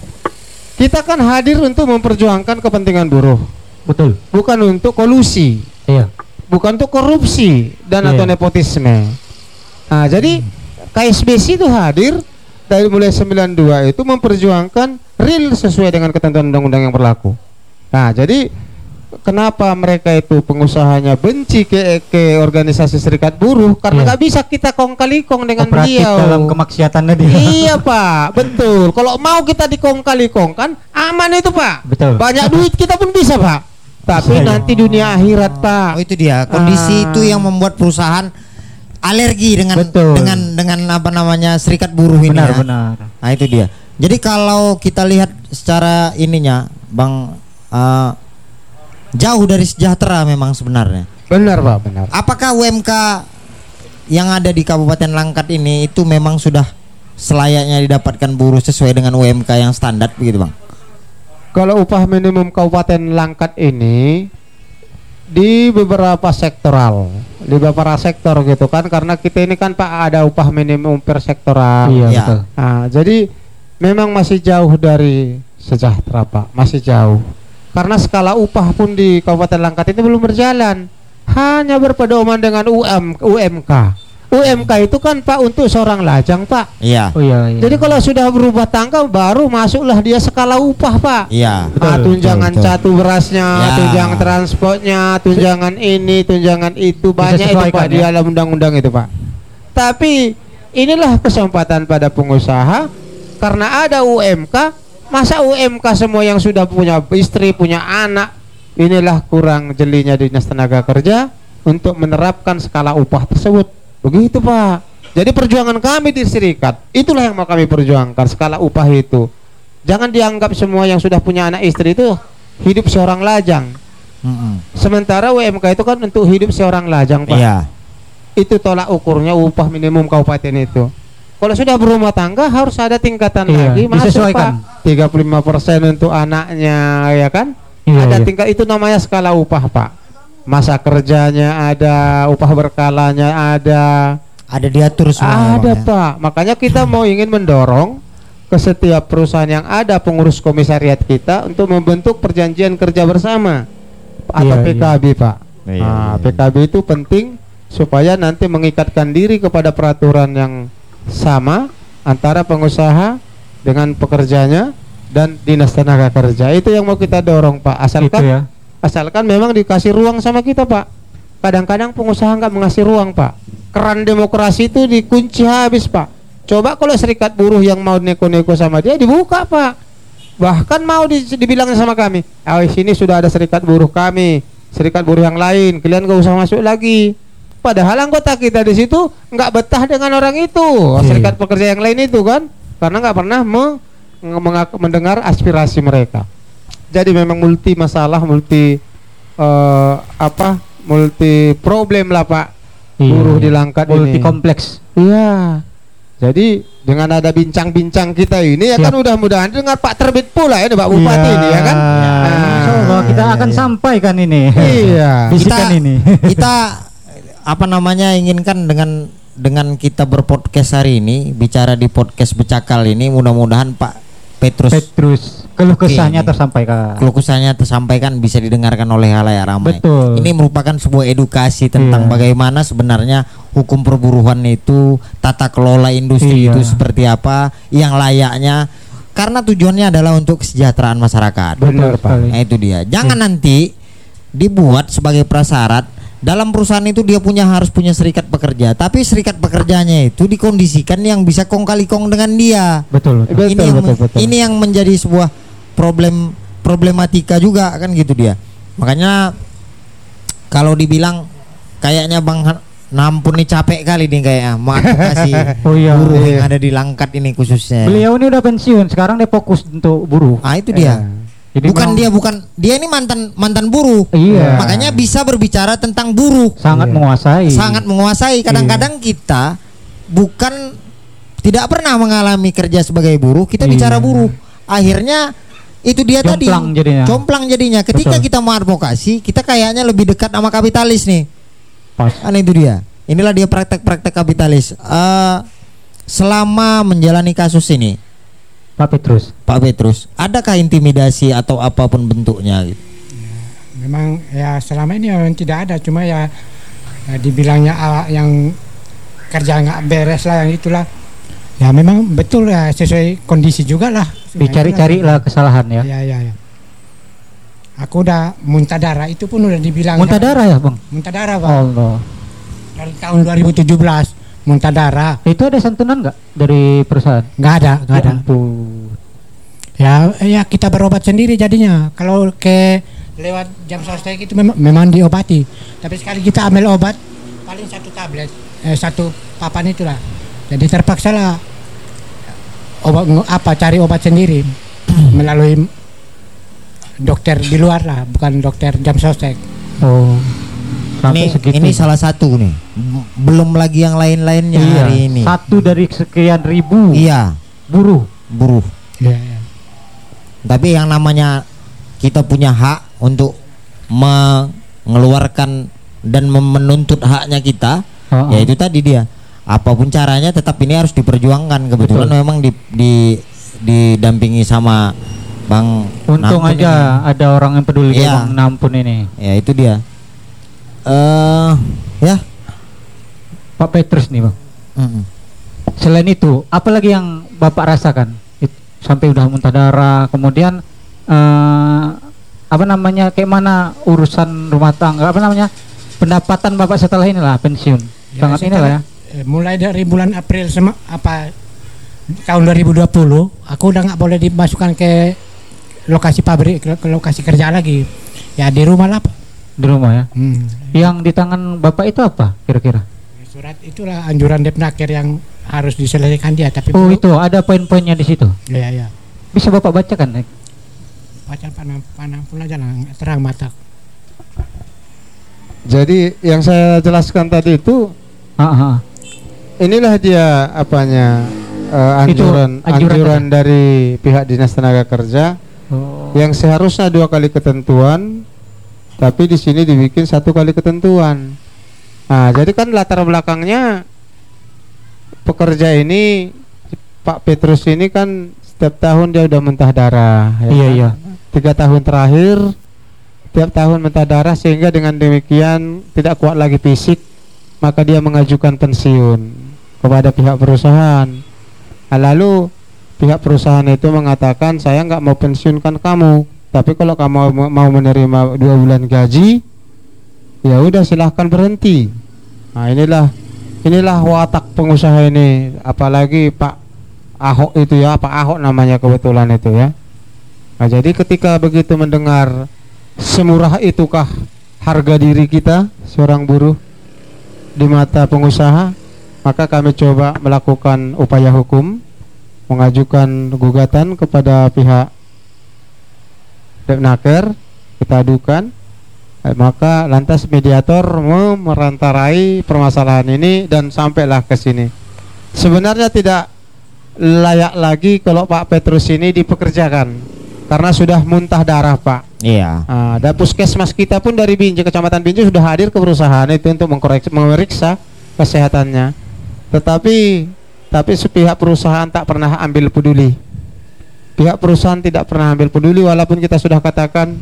kita kan hadir untuk memperjuangkan kepentingan buruh,
Betul.
bukan untuk kolusi,
Iya.
bukan untuk korupsi dan
Iya.
atau nepotisme. Nah, jadi K S B C itu hadir dari mulai sembilan puluh dua itu memperjuangkan real sesuai dengan ketentuan undang-undang yang berlaku. Nah, jadi kenapa mereka itu pengusahanya benci ke, ke organisasi serikat buruh karena
Iya.
nggak bisa kita kong kali kong dengan
Kooperatif
beliau.
dalam kemaksiatan tadi.
Iya Pak, betul. Kalau mau kita dikong kali kong kan aman itu Pak.
Betul.
Banyak duit kita pun bisa Pak. Tapi
Iya.
nanti dunia akhirat Pak.
Oh itu dia kondisi
Ah.
itu yang membuat perusahaan alergi dengan
Betul.
dengan dengan apa namanya serikat buruh ini.
Benar
ya.
benar.
Nah itu dia. Jadi kalau kita lihat secara ininya, Bang, uh, jauh dari sejahtera memang sebenarnya.
Benar Pak, benar.
Apakah U M K yang ada di Kabupaten Langkat ini itu memang sudah selayaknya didapatkan buruh sesuai dengan U M K yang standar begitu, Bang?
Kalau upah minimum Kabupaten Langkat ini di beberapa sektoral, di beberapa sektor gitu kan, karena kita ini kan Pak ada upah minimum per sektoral.
Iya
Ya.
betul.
Nah, jadi memang masih jauh dari sejahtera Pak, masih jauh. Karena skala upah pun di Kabupaten Langkat itu belum berjalan, hanya berpedoman dengan U M U M K. U M K itu kan Pak untuk seorang lajang Pak.
Iya.
Oh iya. iya.
Jadi kalau sudah berubah tangga baru masuklah dia skala upah Pak.
Iya.
Betul,
Ah, tunjangan
betul, betul.
catu berasnya,
Ya.
tunjangan transportnya, tunjangan ini, tunjangan itu banyak itu Pak
Disesuaikan,
di
ya.
dalam undang-undang itu Pak. Tapi inilah kesempatan pada pengusaha karena ada U M K, masa U M K semua yang sudah punya istri, punya anak, inilah kurang jelinya Dinas Tenaga Kerja untuk menerapkan skala upah tersebut. Begitu Pak. Jadi perjuangan kami di serikat itulah yang mau kami perjuangkan, skala upah itu. Jangan dianggap semua yang sudah punya anak istri itu hidup seorang lajang.
Mm-mm.
Sementara U M K itu kan untuk hidup seorang lajang Pak.
Iya.
Itu tolak ukurnya upah minimum kabupaten itu. Kalau sudah berumah tangga harus ada tingkatan
Iya,
lagi masuk
disesuaikan.
Pak. tiga puluh lima persen untuk anaknya ya kan?
Iya,
Ada
iya.
tingkat itu namanya skala upah Pak. Masa kerjanya ada, upah berkalanya ada.
Ada diatur semua.
Ada
Bang, ya.
Pak. Makanya kita mau ingin mendorong ke setiap perusahaan yang ada pengurus komisariat kita untuk membentuk perjanjian kerja bersama atau
Iya,
P K B Pak.
Iya,
Nah,
iya,
P K B itu penting supaya nanti mengikatkan diri kepada peraturan yang sama antara pengusaha dengan pekerjanya dan dinas tenaga kerja. Itu yang mau kita dorong Pak. Asalkan
Itu ya.
asalkan memang dikasih ruang sama kita Pak. Kadang-kadang pengusaha nggak mengasih ruang Pak. Keran demokrasi itu dikunci habis Pak. Coba kalau serikat buruh yang mau neko-neko sama dia dibuka Pak. Bahkan mau di, dibilang sama kami, oh sini sudah ada serikat buruh kami, serikat buruh yang lain, kalian gak usah masuk lagi. Padahal anggota kita di situ nggak betah dengan orang itu, serikat pekerja yang lain itu kan, karena nggak pernah me, mengak- mendengar aspirasi mereka. Jadi memang multi masalah, multi uh, apa, multi problem lah Pak.
Iya,
Buruh
iya.
di Langkat
Multi
ini.
kompleks.
Iya. Jadi dengan ada bincang-bincang kita ini ya
Siap.
kan mudah-mudahan dengan Pak Terbit pula ya Pak Bupati
Iya.
ini ya kan.
Insya Allah kita
Iya,
akan
iya.
sampaikan ini.
Iya.
Bisikan
Kita-
ini.
Kita apa namanya inginkan dengan dengan kita berpodcast hari ini, bicara di podcast Becakal ini, mudah-mudahan Pak Petrus
Petrus keluh kesahnya
Oke.
tersampaikan.
keluh kesahnya tersampaikan, bisa didengarkan oleh halayak ramai.
Betul.
Ini merupakan sebuah edukasi tentang
Iya.
bagaimana sebenarnya hukum perburuhan itu, tata kelola industri
Iya.
itu seperti apa, yang layaknya, karena tujuannya adalah untuk kesejahteraan masyarakat.
Benar, Pak.
sekali.
Nah, itu dia. Jangan nanti dibuat sebagai prasyarat dalam perusahaan itu dia punya harus punya serikat pekerja, tapi serikat pekerjanya itu dikondisikan yang bisa kong kali kong dengan dia.
Betul. betul.
Betul,
ini yang
betul, betul.
ini yang menjadi sebuah problem problematika juga kan gitu dia. Makanya kalau dibilang kayaknya Bang Han- Nampun nih capek kali nih kayaknya mengadvokasi
Oh iya.
buruh
Iya.
yang ada di Langkat ini khususnya.
Beliau ini udah pensiun, sekarang dia fokus untuk buruh.
Ah itu dia.
Jadi
bukan
memang
dia bukan dia ini mantan mantan buruh.
Iya.
Makanya bisa berbicara tentang buruh.
sangat
Iya.
menguasai.
Sangat menguasai. Kadang-kadang kita bukan tidak pernah mengalami kerja sebagai buruh, kita
Iya.
bicara buruh. Akhirnya itu dia tadi
Jomplang jadinya.
jomplang jadinya. Ketika
Betul.
kita mau advokasi, kita kayaknya lebih dekat sama kapitalis nih.
Pas.
Kan itu dia. Inilah dia praktek-praktek kapitalis. Eh, selama menjalani kasus ini,
Pak Petrus.
Pak Petrus, adakah intimidasi atau apapun bentuknya? Gitu?
Memang ya selama ini memang tidak ada, cuma ya, ya dibilangnya ah, yang kerja nggak beres lah, yang itulah. Ya memang betul ya, sesuai kondisi juga lah.
Dicari-cari lah kesalahan ya.
Ya ya ya. Aku udah muntah darah, itu pun udah dibilang.
Muntah darah ya bang?
Muntah darah Pak.
Allah.
Dari tahun dua ribu tujuh belas muntah darah.
Itu ada santunan nggak dari perusahaan?
Nggak ada, nggak
Ya
ada.
ampun.
Ya, ya kita berobat sendiri jadinya. Kalau ke lewat jam sostek itu memang, memang diobati. Tapi sekali kita ambil obat paling satu tablet, eh, satu papan itulah. Jadi terpaksa lah obat apa cari obat sendiri melalui dokter di luar lah, bukan dokter jam sostek.
Oh. Sampai
Ini
segitu.
ini salah satu nih. B- Belum lagi yang lain-lainnya
Iya.
hari ini.
Satu dari sekian ribu
Iya,
buruh.
buruh.
Ya, ya.
Tapi yang namanya kita punya hak untuk mengeluarkan dan mem- menuntut haknya kita,
Oh,
ya
oh.
itu tadi dia. Apapun caranya tetap ini harus diperjuangkan. Kebetulan
Betul.
memang di, di didampingi sama Bang
Untung
Nampun
aja ada orang yang peduli
Iya.
kayak Bang Nampun ini.
ini. Ya itu dia. Eh ya.
Pak Petrus nih bang.
Mm-mm.
Selain itu, apalagi yang Bapak rasakan? It- sampai udah muntah darah, kemudian eh, apa namanya, kayak mana urusan rumah tangga, apa namanya, pendapatan Bapak setelah inilah pensiun?
Ya,
Sangat
setelah-
inilah ya.
eh, mulai dari bulan April sema, apa tahun dua ribu dua puluh aku udah nggak boleh dimasukkan ke lokasi pabrik, ke, ke lokasi kerja lagi. Ya di rumah lah Pak.
Di rumah ya.
Hmm.
Yang di tangan Bapak itu apa kira-kira?
Surat itulah anjuran Depnaker yang harus diselesaikan dia, tapi
Oh
belum-
itu ada poin-poinnya di situ.
ya ya
Bisa Bapak bacakan? eh?
baca panah panah pun aja lah terang mata.
Jadi yang saya jelaskan tadi itu
Ah, ah.
inilah dia apanya eh,
Itu
anjuran
anjuran
anjuran dari pihak Dinas Tenaga Kerja
Oh.
yang seharusnya dua kali ketentuan, tapi di sini dibikin satu kali ketentuan. Nah, jadi kan latar belakangnya pekerja ini, Pak Petrus ini kan setiap tahun dia udah muntah darah. Ya
Iya,
kan?
iya.
Tiga tahun terakhir, tiap tahun muntah darah, sehingga dengan demikian tidak kuat lagi fisik, maka dia mengajukan pensiun kepada pihak perusahaan. Nah, lalu pihak perusahaan itu mengatakan, saya nggak mau pensiunkan kamu, tapi kalau kamu mau menerima dua bulan gaji, ya udah silahkan berhenti. Nah, inilah inilah watak pengusaha ini, apalagi Pak Ahok itu ya, Pak Ahok namanya kebetulan itu ya. Nah, jadi ketika begitu mendengar semurah itukah harga diri kita seorang buruh di mata pengusaha, maka kami coba melakukan upaya hukum, mengajukan gugatan kepada pihak Depnaker, kita adukan. Eh, maka lantas mediator memerantarai permasalahan ini dan sampailah ke sini. Sebenarnya tidak layak lagi kalau Pak Petrus ini dipekerjakan karena sudah muntah darah, Pak.
Iya.
Nah, dan puskesmas kita pun dari Binjai, Kecamatan Binjai sudah hadir ke perusahaan itu untuk mengkoreksi, memeriksa kesehatannya. Tetapi tapi sepihak perusahaan tak pernah ambil peduli. Pihak perusahaan tidak pernah ambil peduli, walaupun kita sudah katakan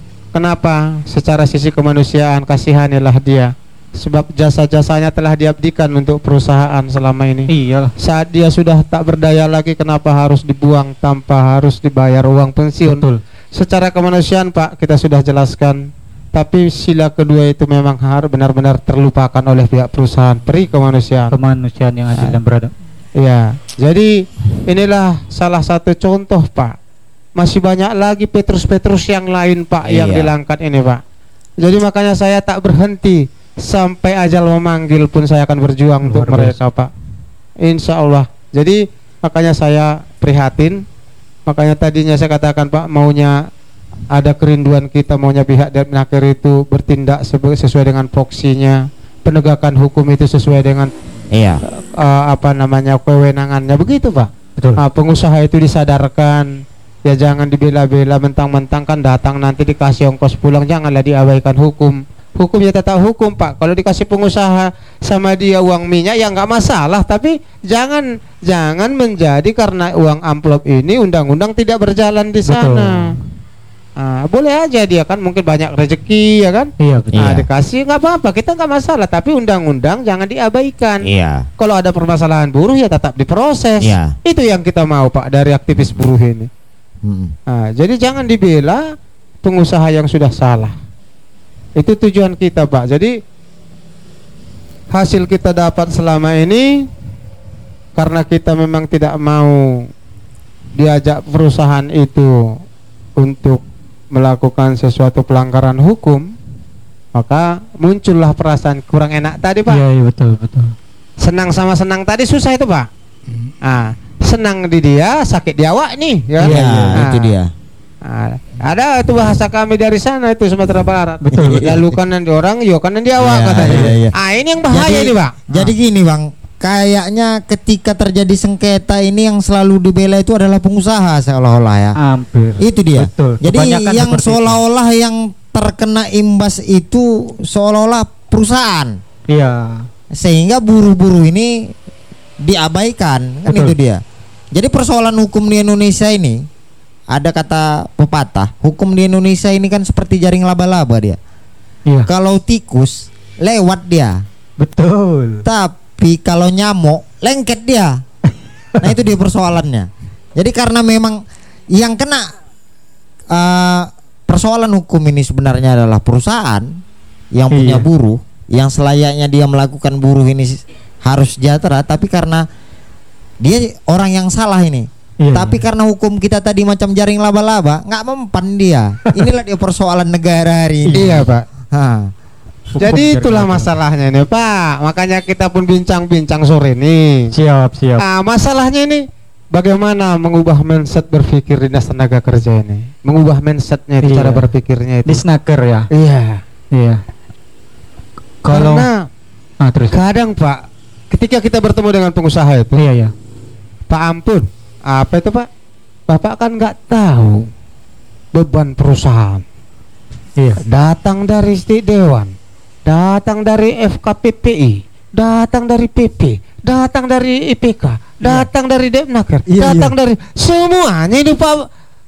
kenapa, secara sisi kemanusiaan kasihanilah dia, sebab jasa-jasanya telah diabdikan untuk perusahaan selama ini.
Iyalah.
Saat dia sudah tak berdaya lagi, kenapa harus dibuang tanpa harus dibayar uang pensiun?
Betul.
Secara kemanusiaan, Pak, kita sudah jelaskan. Tapi sila kedua itu memang harus benar-benar terlupakan oleh pihak perusahaan. Peri kemanusiaan.
Kemanusiaan yang adil dan beradab.
Ya, jadi inilah salah satu contoh, Pak. Masih banyak lagi Petrus-Petrus yang lain, Pak, yang
Iya.
dilangkat ini, Pak. Jadi makanya saya tak berhenti sampai ajal memanggil pun saya akan berjuang untuk
Luar
mereka, Pak. Insya Allah. Jadi makanya saya prihatin. Makanya tadinya saya katakan, Pak, maunya ada kerinduan kita, maunya pihak Depnaker itu bertindak sesuai dengan voksinya, penegakan hukum itu sesuai dengan
Iya.
uh, apa namanya kewenangannya, begitu, Pak.
Betul.
Nah, pengusaha itu disadarkan, ya jangan dibela-bela mentang-mentang kan datang nanti dikasih ongkos pulang, janganlah diabaikan hukum. Hukumnya tetap hukum, Pak. Kalau dikasih pengusaha sama dia uang minyak ya nggak masalah, tapi jangan jangan menjadi karena uang amplop ini undang-undang tidak berjalan di sana. Nah, boleh aja dia kan mungkin banyak rezeki ya kan.
Iya, betul.
Nah,
Iya.
dikasih nggak apa-apa, kita nggak masalah, tapi undang-undang jangan diabaikan.
Iya.
Kalau ada permasalahan buruh ya tetap diproses.
Iya.
Itu yang kita mau, Pak, dari aktivis buruh ini.
Mm.
Nah, jadi jangan dibela pengusaha yang sudah salah. Itu tujuan kita, Pak. Jadi hasil kita dapat selama ini karena kita memang tidak mau diajak perusahaan itu untuk melakukan sesuatu pelanggaran hukum, maka muncullah perasaan kurang enak tadi, Pak.
Iya, iya, betul, betul.
Senang sama senang tadi susah itu, Pak. Ah, senang di dia, sakit di awak nih, ya.
Iya,
Ah.
itu dia.
Ah, ada itu bahasa kami dari sana itu Sumatera Barat.
Betul, betul.
Lalu kanan di orang, yo kanan di awak
Iya,
katanya.
iya, iya.
Ah, ini yang bahaya
Jadi-
ini, Pak.
Jadi gini, Bang, kayaknya ketika terjadi sengketa ini yang selalu dibela itu adalah pengusaha seolah-olah ya.
Hampir.
Itu dia.
Betul.
Jadi
Kebanyakan
yang
seperti itu.
seolah-olah yang terkena imbas itu seolah-olah perusahaan,
Iya.
sehingga buruh-buruh ini diabaikan, kan
Betul.
itu dia. Jadi persoalan hukum di Indonesia ini, ada kata pepatah, hukum di Indonesia ini kan seperti jaring laba-laba dia.
Iya.
Kalau tikus lewat dia,
Betul.
tapi kalau nyamuk lengket dia. Nah, itu dia persoalannya. Jadi karena memang yang kena uh, persoalan hukum ini sebenarnya adalah perusahaan yang punya
Iya.
buruh, yang selayaknya dia melakukan buruh ini harus sejahtera, tapi karena dia orang yang salah ini.
Iya.
Tapi karena hukum kita tadi macam jaring laba-laba, nggak mempan dia. Inilah dia persoalan negara hari ini.
Iya, Pak.
Hah.
Jadi
Hukum
itulah
jaring
masalahnya nih, Pak. Makanya kita pun bincang-bincang sore ini.
Siap, siap.
Ah, masalahnya ini bagaimana mengubah mindset berpikir Dinas Tenaga Kerja ini. Mengubah mindsetnya itu,
Iya.
cara berpikirnya itu.
Disnaker ya.
Iya.
Iya. Kalau
Karena
ah, terus.
kadang, Pak, ketika kita bertemu dengan pengusaha itu,
Iya, iya.
Pak ampun, apa itu Pak? Bapak kan nggak tahu beban perusahaan.
Iya.
Datang dari Sdi Dewan, datang dari F K P P I, datang dari P P, datang dari I P K, datang dari Depnaker,
Iya,
datang dari semuanya ini Pak,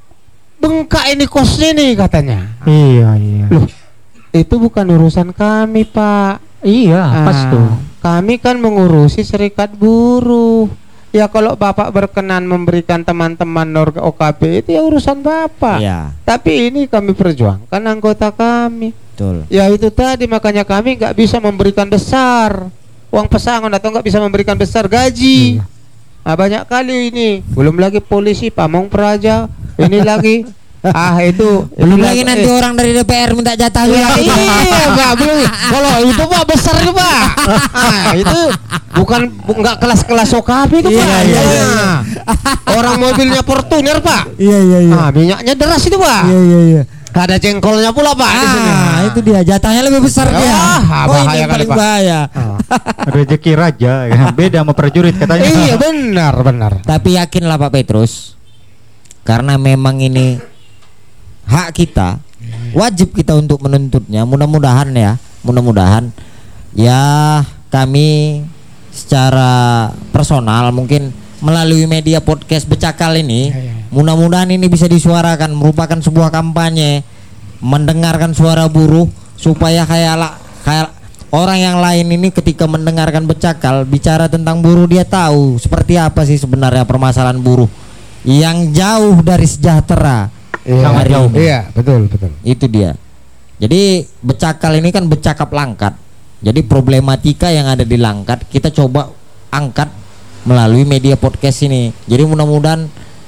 bengkak ini kosnya nih katanya.
Iya, iya.
Loh, itu bukan urusan kami Pak.
Iya, pas
Ah,
tuh.
Kami kan mengurusi serikat buruh. Ya kalau Bapak berkenan memberikan teman-teman Norga O K P itu ya urusan Bapak.
Iya,
Tapi ini kami perjuangkan anggota kami.
betul.
Ya itu tadi makanya kami nggak bisa memberikan besar uang pesangon atau nggak bisa memberikan besar gaji.
Iya.
Nah, banyak kali ini. Belum lagi polisi Pamong Praja. Ini lagi. Ah itu.
Belum
ini
lagi nanti
eh,
orang dari D P R minta jatah
Iya,
juga.
iya Pak, belum. Kalau itu Pak besar itu Pak. Ah, itu bukan bu- nggak kelas-kelas O K P itu Pak.
Iya, iya, iya,
Nah, orang mobilnya Fortuner Pak.
Iya, iya, iya.
Ah, minyaknya deras itu Pak.
Iya, iya, iya.
Ada jengkolnya pula Pak di sini.
Ah, itu dia jatahnya lebih besar
Ah,
dia.
bahaya
Oh, ini
kali,
yang paling
Pak.
bahaya.
Ah.
Rezeki raja, ya. Beda sama prajurit katanya.
Iya benar benar.
Tapi yakinlah Pak Petrus, karena memang ini hak kita, wajib kita untuk menuntutnya. Mudah-mudahan ya, mudah-mudahan ya kami secara personal mungkin melalui media podcast Becakal ini, mudah-mudahan ini bisa disuarakan, merupakan sebuah kampanye mendengarkan suara buruh supaya kayak la- kayak orang yang lain ini ketika mendengarkan Becakal bicara tentang buruh dia tahu seperti apa sih sebenarnya permasalahan buruh yang jauh dari sejahtera.
Iya,
Sangat jauh.
Iya betul betul.
Itu dia. Jadi Becakal ini kan bercakap Langkat. Jadi problematika yang ada di Langkat kita coba angkat melalui media podcast ini. Jadi mudah-mudahan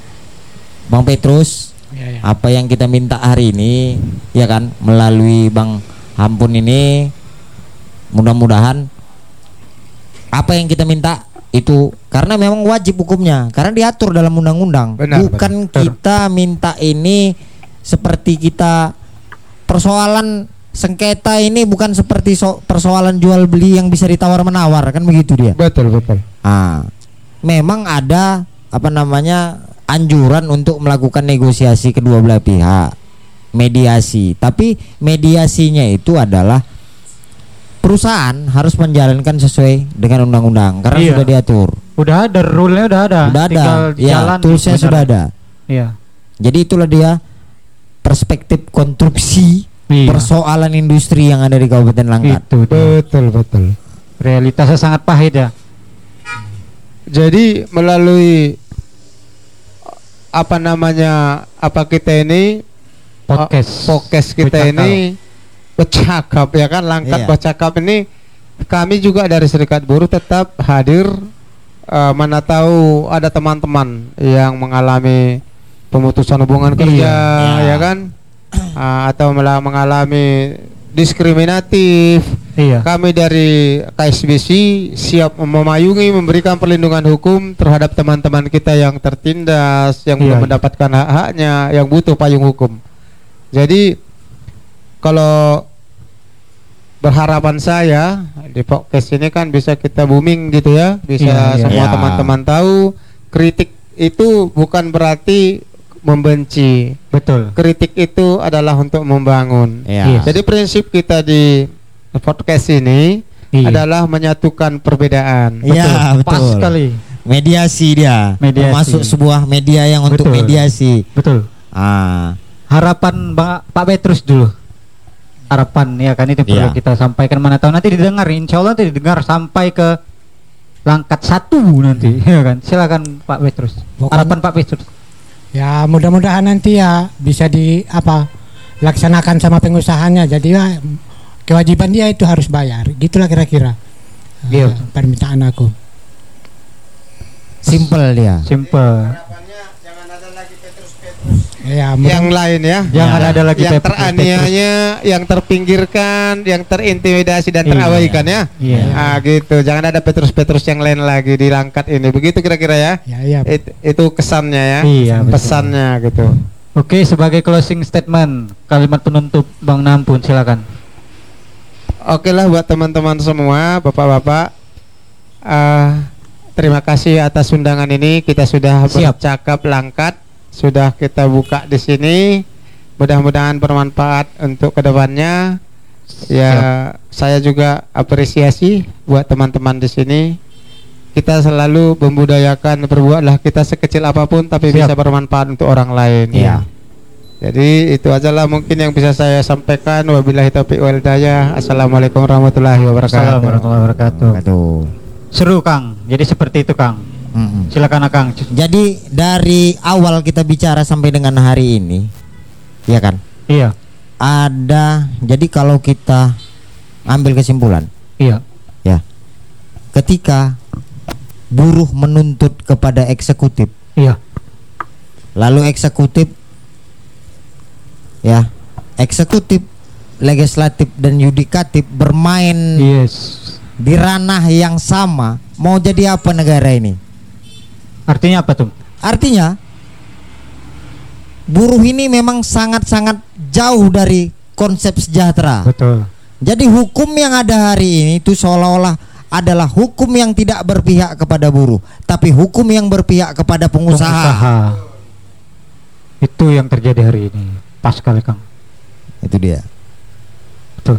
Bang Petrus,
Iya, iya.
apa yang kita minta hari ini ya kan melalui Bang Hampun ini, mudah-mudahan apa yang kita minta itu karena memang wajib hukumnya karena diatur dalam undang-undang.
Benar,
Bukan
benar.
kita minta ini seperti kita persoalan sengketa ini bukan seperti so- persoalan jual beli yang bisa ditawar menawar kan begitu dia.
Betul betul.
Ah, memang ada apa namanya anjuran untuk melakukan negosiasi kedua belah pihak, mediasi. Tapi mediasinya itu adalah perusahaan harus menjalankan sesuai dengan undang-undang karena
Iya.
sudah diatur.
Udah ada rule-nya, udah ada.
Sudah ada,
Tinggal
ya,
jalan.
toolsnya
benar.
sudah ada.
Iya.
Jadi itulah dia perspektif konstruksi
Iya.
persoalan industri yang ada di Kabupaten Langkat.
Itu tuh.
Betul betul.
Realitasnya sangat pahit ya.
Jadi melalui apa namanya apa kita ini
Podcast.
uh, podcast kita
Becakal.
ini bercakap ya kan Langkat
Iya.
bercakap ini kami juga dari Serikat Buruh tetap hadir uh, mana tahu ada teman-teman yang mengalami pemutusan hubungan kerja
Iya.
ya kan uh, atau malah mengalami diskriminatif.
Iya.
Kami dari K S B C siap memayungi memberikan perlindungan hukum terhadap teman-teman kita yang tertindas, yang belum
Iya.
mendapatkan hak-haknya, yang butuh payung hukum. Jadi kalau berharapan saya di podcast ini kan bisa kita booming gitu ya, bisa
Iya, iya.
semua
Iya.
teman-teman tahu kritik itu bukan berarti membenci.
Betul.
Kritik itu adalah untuk membangun.
Ya.
Yes.
Jadi prinsip kita di podcast ini
Iya.
adalah menyatukan perbedaan.
Iya,
Pas
betul.
sekali.
Mediasi dia.
Mediasi.
Termasuk sebuah media yang untuk
Betul.
mediasi.
Betul.
Ah,
Harapan Bang Pak Petrus dulu. Harapan ya kan itu perlu
Iya.
kita sampaikan, mana tahu nanti didengar, insya Allah nanti didengar sampai ke Langkat satu nanti ya kan. Silakan Pak Petrus.
Pokoknya-
Harapan Pak Petrus.
Ya mudah-mudahan nanti ya bisa di apa laksanakan sama pengusahanya. Jadi ya kewajiban dia itu harus bayar. Gitulah kira-kira.
Iya.
eh, permintaan aku.
simple dia.
Simple.
Ya, mudah-
Yang lain ya.
Jangan ada lagi
yang
Pep-
teraniaya, yang terpinggirkan, yang terintimidasi dan
Iya.
terabaikan ya.
Iya.
Ah gitu. Jangan ada Petrus-Petrus yang lain lagi di Langkat ini. Begitu kira-kira ya.
ya, ya.
It- itu kesannya ya.
Iya, betul.
Pesannya gitu.
Oke, sebagai closing statement, kalimat penutup Bang Nampun silakan.
Oke lah buat teman-teman semua, bapak-bapak, eh, terima kasih atas undangan ini. Kita sudah
Siap.
bercakap langkat, sudah kita buka di sini. Mudah-mudahan bermanfaat untuk kedepannya. Ya, saya juga apresiasi buat teman-teman di sini. Kita selalu membudayakan berbuatlah kita sekecil apapun tapi
Siap.
bisa bermanfaat untuk orang lain.
Iya.
Jadi itu ajalah mungkin yang bisa saya sampaikan. Wabillahi taufiq wal hidayah. Assalamualaikum warahmatullahi wabarakatuh.
Assalamualaikum warahmatullahi wabarakatuh.
Aduh.
Seru Kang. Jadi seperti itu Kang.
Mm-mm.
Silakan Kang.
Jadi dari awal kita bicara sampai dengan hari ini, ya kan?
Iya.
Ada. Jadi kalau kita ambil kesimpulan,
Iya.
ya, ketika buruh menuntut kepada eksekutif,
Iya.
lalu eksekutif, ya, eksekutif, legislatif dan yudikatif bermain
Yes.
di ranah yang sama, mau jadi apa negara ini?
Artinya apa tuh?
Artinya buruh ini memang sangat-sangat jauh dari konsep sejahtera.
Betul.
Jadi hukum yang ada hari ini itu seolah-olah adalah hukum yang tidak berpihak kepada buruh, tapi hukum yang berpihak kepada pengusaha.
Pengusaha. Itu yang terjadi hari ini. Pas sekali Kang.
Itu dia.
Betul.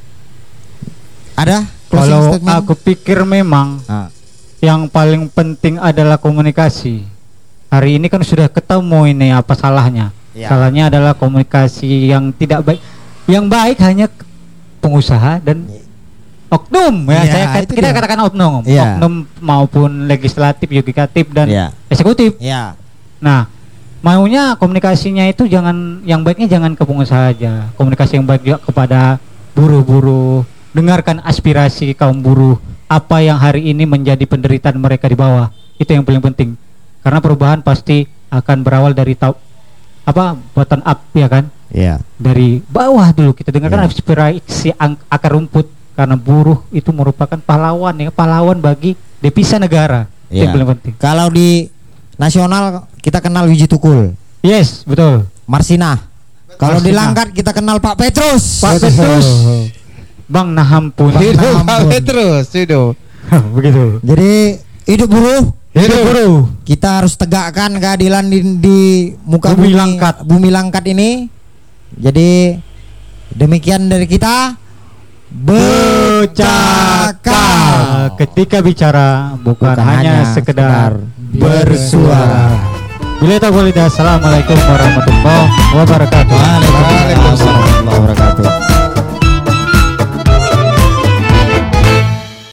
Ada closing
Kalau
statement?
aku pikir memang
Ah,
yang paling penting adalah komunikasi. Hari ini kan sudah ketemu ini apa salahnya.
Ya.
Salahnya adalah komunikasi yang tidak baik. Yang baik hanya pengusaha dan oknum ya,
Ya,
saya kat-
itu
kita
dia.
katakan oknum,
Ya.
oknum maupun legislatif, yudikatif dan
Ya.
eksekutif.
ya,
Nah, maunya komunikasinya itu jangan, yang baiknya jangan ke pengusaha aja. Komunikasi yang baik juga kepada buruh-buruh. Dengarkan aspirasi kaum buruh, apa yang hari ini menjadi penderitaan mereka di bawah. Itu yang paling penting. Karena perubahan pasti akan berawal dari tau apa bottom up ya kan?
ya,
Dari bawah dulu kita dengarkan
Ya.
aspirasi ang- akar rumput, karena buruh itu merupakan pahlawan ya, pahlawan bagi devisa negara. Itu
ya.
yang paling penting.
Kalau di nasional kita kenal Wiji Tukul,
Yes, betul.
Marsinah. Kalau di
Marsinah.
Langkat kita kenal Pak Petrus.
Pak Petrus. Bang Nahampun.
Bang
Hidup
Nah,
Pak
ampun.
Petrus, hidup.
Begitu.
Jadi hidup buruh.
Hidup buruh.
Kita harus tegakkan keadilan di, di muka
Bumi
bumi,
Langkat.
bumi Langkat ini. Jadi demikian dari kita.
Bercakap. Ketika bicara bukan,
Bukan
hanya,
hanya
sekedar
sekedar
bersuara. Bila tak boleh, assalamualaikum warahmatullahi wabarakatuh.
Waalaikumsalam warahmatullahi wabarakatuh.